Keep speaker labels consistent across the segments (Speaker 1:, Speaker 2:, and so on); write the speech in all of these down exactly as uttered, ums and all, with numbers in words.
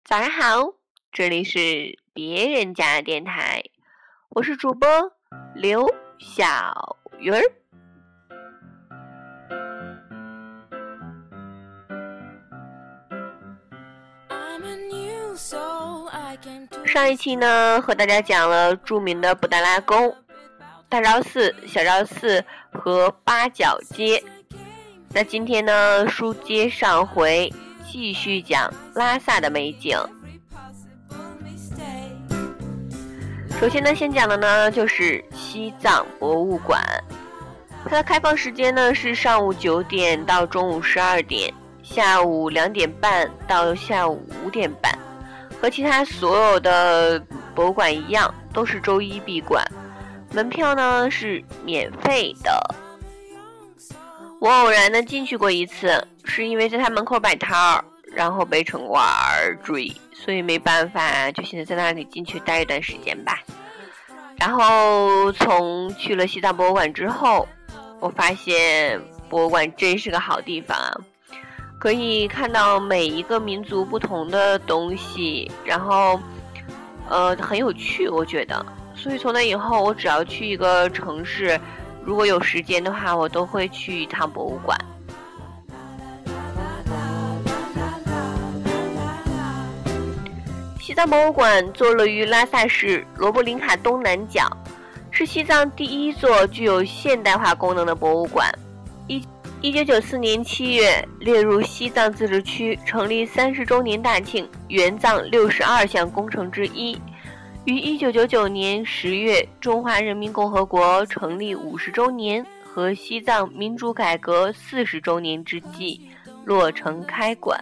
Speaker 1: 早上好，这里是别人家电台，我是主播刘小鱼儿。上一期呢，和大家讲了著名的布达拉宫、大昭寺、小昭寺和八角街。那今天呢，书接上回，继续讲拉萨的美景。首先呢，先讲的呢就是西藏博物馆，它的开放时间呢是上午九点到中午十二点，下午两点半到下午五点半。和其他所有的博物馆一样，都是周一闭馆，门票呢是免费的。我偶然的进去过一次，是因为在他门口摆摊儿，然后被城管儿追，所以没办法，就现在在那里进去待一段时间吧。然后从去了西藏博物馆之后，我发现博物馆真是个好地方啊，可以看到每一个民族不同的东西，然后呃很有趣，我觉得。所以从那以后，我只要去一个城市，如果有时间的话，我都会去一趟博物馆。西藏博物馆坐落于拉萨市罗布林卡东南角，是西藏第一座具有现代化功能的博物馆。一九九四年七月列入西藏自治区成立三十周年大庆援藏六十二项工程之一，于一九九九年十月中华人民共和国成立五十周年和西藏民主改革四十周年之际落成开馆。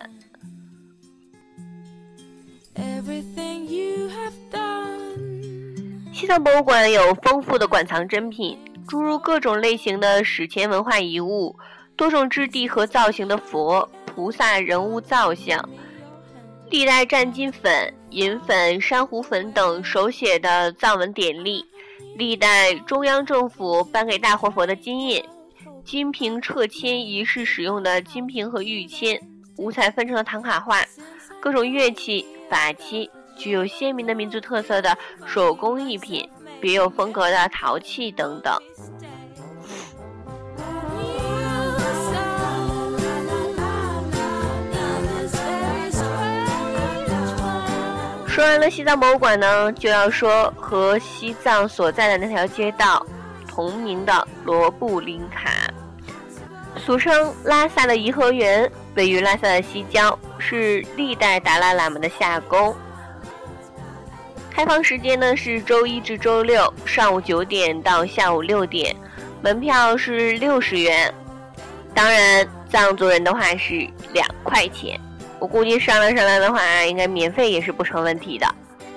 Speaker 1: 西藏博物馆有丰富的馆藏珍品，诸如各种类型的史前文化遗物、多种质地和造型的佛、菩萨人物造像、历代占金粉、银粉、珊瑚粉等手写的藏文典例，历代中央政府颁给大活佛的金印，金瓶撤签仪式使用的金瓶和玉签，五彩纷呈的唐卡画，各种乐器、法器，具有鲜明的民族特色的手工艺品，别有风格的陶器等等。说完了西藏博物馆呢，就要说和西藏所在的那条街道同名的罗布林卡，俗称拉萨的颐和园，位于拉萨的西郊，是历代达赖喇嘛的夏宫。开放时间呢是周一至周六上午九点到下午六点，门票是六十元，当然藏族人的话是两块钱。我估计商量商量的话，应该免费也是不成问题的。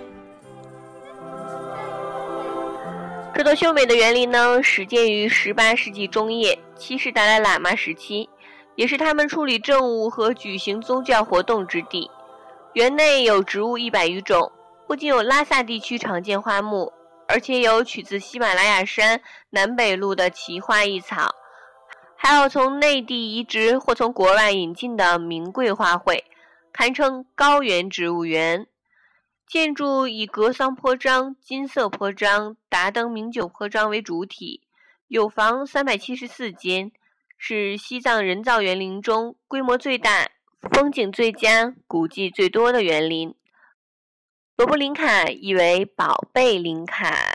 Speaker 1: 这座秀美的园林呢，始建于十八世纪中叶，七世达赖喇嘛时期，也是他们处理政务和举行宗教活动之地。园内有植物一百余种，不仅有拉萨地区常见花木，而且有取自喜马拉雅山南北路的奇花异草，还有从内地移植或从国外引进的名贵花卉，堪称高原植物园。建筑以格桑坡章、金色坡章、达登名酒坡章为主体，有房三百七十四间，是西藏人造园林中规模最大、风景最佳、古迹最多的园林。罗布林卡意为宝贝林卡。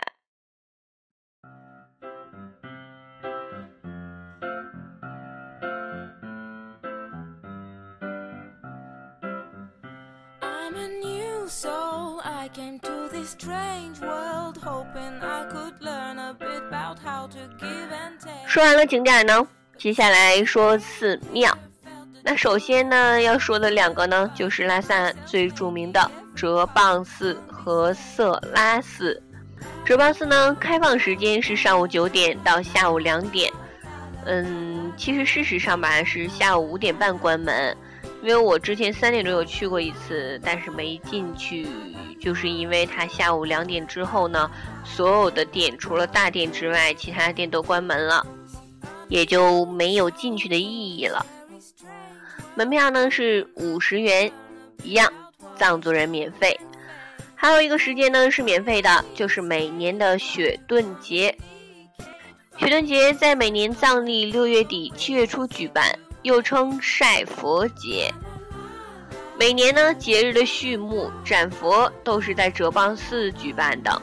Speaker 1: 说完了景点呢，接下来说寺庙。那首先呢要说的两个呢，就是拉萨最著名的哲蚌寺和色拉寺。哲蚌寺呢开放时间是上午九点到下午两点，嗯，其实事实上吧是下午五点半关门，因为我之前三点钟有去过一次，但是没进去，就是因为它下午两点之后呢，所有的店除了大店之外，其他店都关门了，也就没有进去的意义了。门票呢是五十元，一样藏族人免费。还有一个时间呢是免费的，就是每年的雪顿节。雪顿节在每年藏历六月底七月初举办，又称晒佛节。每年呢节日的序幕斩佛都是在哲蚌寺举办的。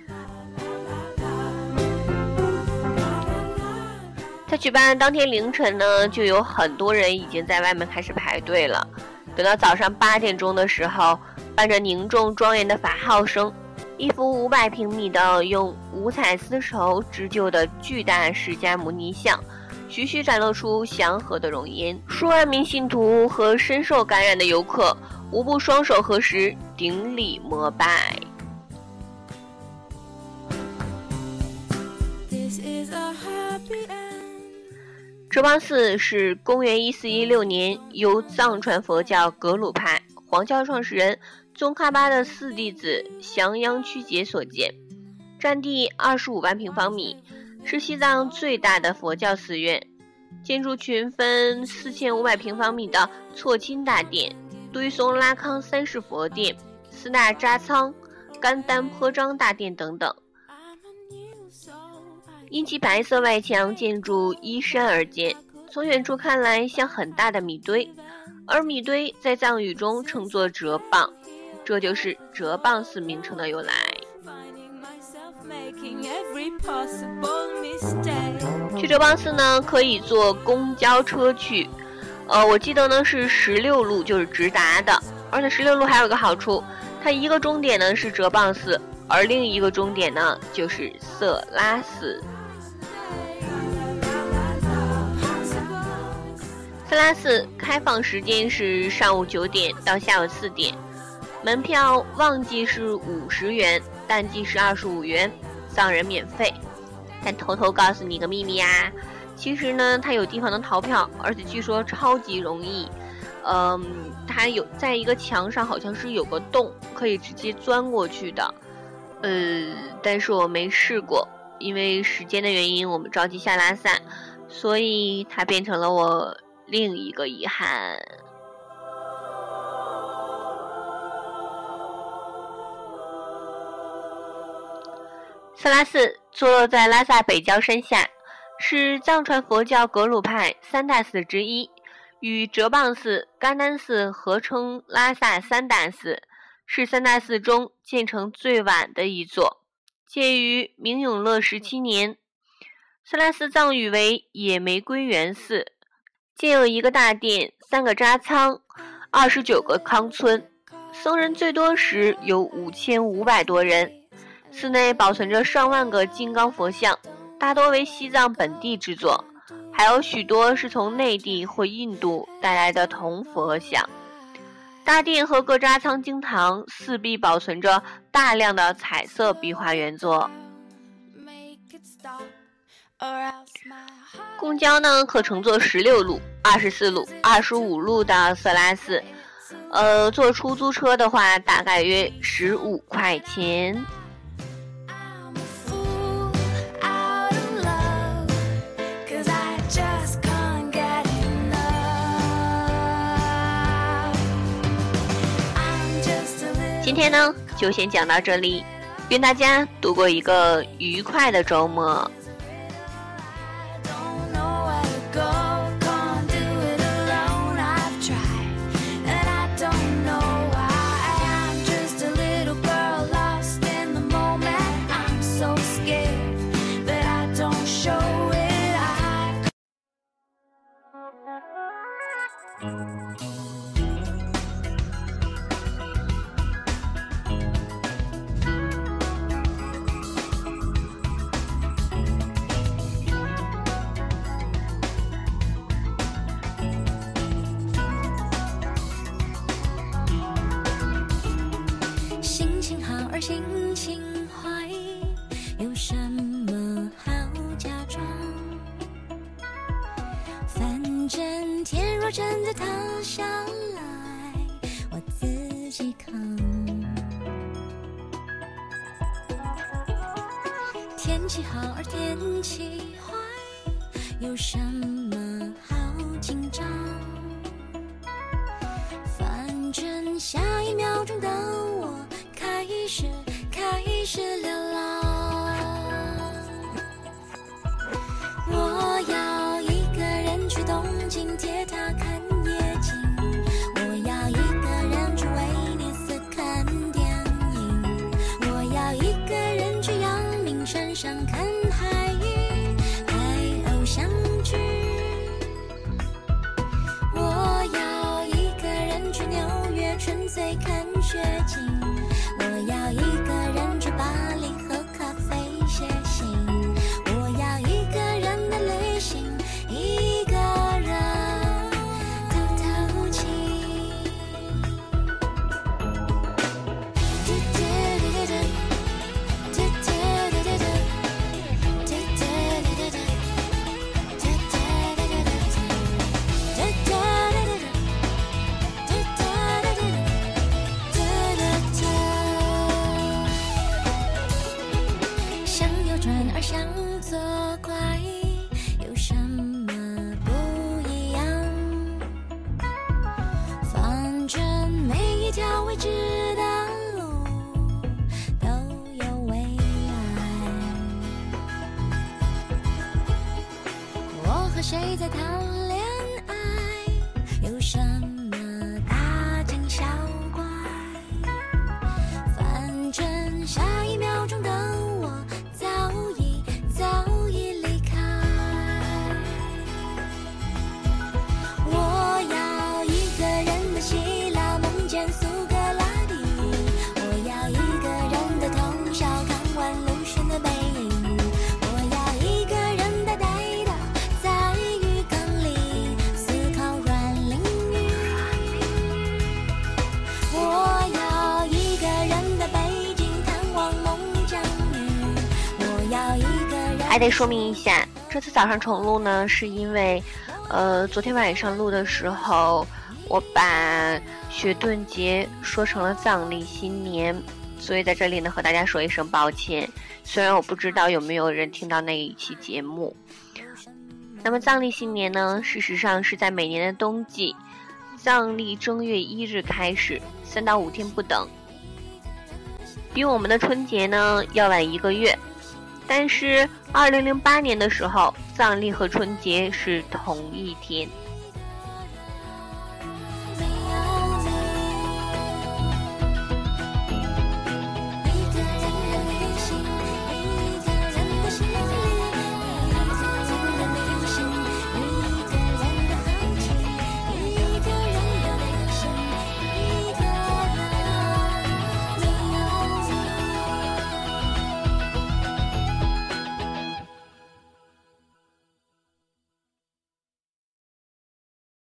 Speaker 1: 在举办当天凌晨呢，就有很多人已经在外面开始排队了。等到早上八点钟的时候，伴着凝重庄严的法号声，一幅五百平米的用五彩丝绸织就的巨大释迦牟尼像，徐徐展露出祥和的容颜。数万名信徒和深受感染的游客无不双手合十，顶礼膜拜。哲蚌寺是公元一四一六年由藏传佛教格鲁派黄教创始人宗喀巴的四弟子降央曲杰所建，占地二十五万平方米，是西藏最大的佛教寺院。建筑群分四千五百平方米的错钦大殿、堆松拉康三世佛殿、四大扎仓、甘丹颇章大殿等等。因其白色外墙建筑依山而建，从远处看来像很大的米堆，而米堆在藏语中称作哲蚌，这就是哲蚌寺名称的由来。去哲蚌寺呢，可以坐公交车去，呃，我记得呢是十六路，就是直达的。而且十六路还有个好处，它一个终点呢是哲蚌寺，而另一个终点呢就是色拉寺。色拉寺开放时间是上午九点到下午四点，门票旺季是五十元，淡季是二十五元，藏人免费。但偷偷告诉你个秘密啊，其实呢它有地方能逃票，而且据说超级容易。嗯，它有在一个墙上好像是有个洞，可以直接钻过去的。呃，但是我没试过，因为时间的原因，我们着急下拉萨，所以它变成了我另一个遗憾。色拉寺坐落在拉萨北郊山下，是藏传佛教格鲁派三大寺之一，与哲蚌寺、甘丹寺合称拉萨三大寺，是三大寺中建成最晚的一座，建于明永乐十七年。色拉寺藏语为野玫瑰园寺，建有一个大殿、三个扎仓、二十九个康村，僧人最多时有五千五百多人。寺内保存着上万个金刚佛像，大多为西藏本地制作，还有许多是从内地或印度带来的铜佛像。大殿和各扎仓经堂四壁保存着大量的彩色壁画原作。公交呢可乘坐十六路、二十四路、二十五路到色拉寺，呃，坐出租车的话大概约十五块钱。今天呢就先讲到这里，愿大家度过一个愉快的周末。
Speaker 2: 心情坏，有什么好假装？反正天若真的塌下来，我自己扛。天气好而天气坏，有什么好紧张？反正下一秒钟的我开始开始流浪。我要一个人去东京铁塔看夜景，我要一个人去威尼斯看电影，我要一个人去阳明山上看海鱼拍偶像剧，我要一个人去纽约纯粹看雪景，我要一个人去巴黎喝咖啡写信，我要一个人的旅行，一个人透透气。向右转而向左拐，有什么不一样？反正每一条未知的路都有未来。我和谁在谈恋爱？有什么大惊小怪？反正下一秒钟的我早已早已离开。我要一个人的希腊梦见苏格拉底，我要一个人的通宵看完鲁迅的背影，我要一个人呆呆的在浴缸里思考阮玲玉，我要一个人的北京探望孟姜女，我要一个人。
Speaker 1: 还得说明一下，这次早上重录呢，是因为，呃，昨天晚上录的时候，我把雪顿节说成了藏历新年，所以在这里呢和大家说一声抱歉。虽然我不知道有没有人听到那一期节目。那么藏历新年呢，事实上是在每年的冬季，藏历正月一日开始，三到五天不等，比我们的春节呢要晚一个月。但是二零零八年的时候，藏历和春节是同一天。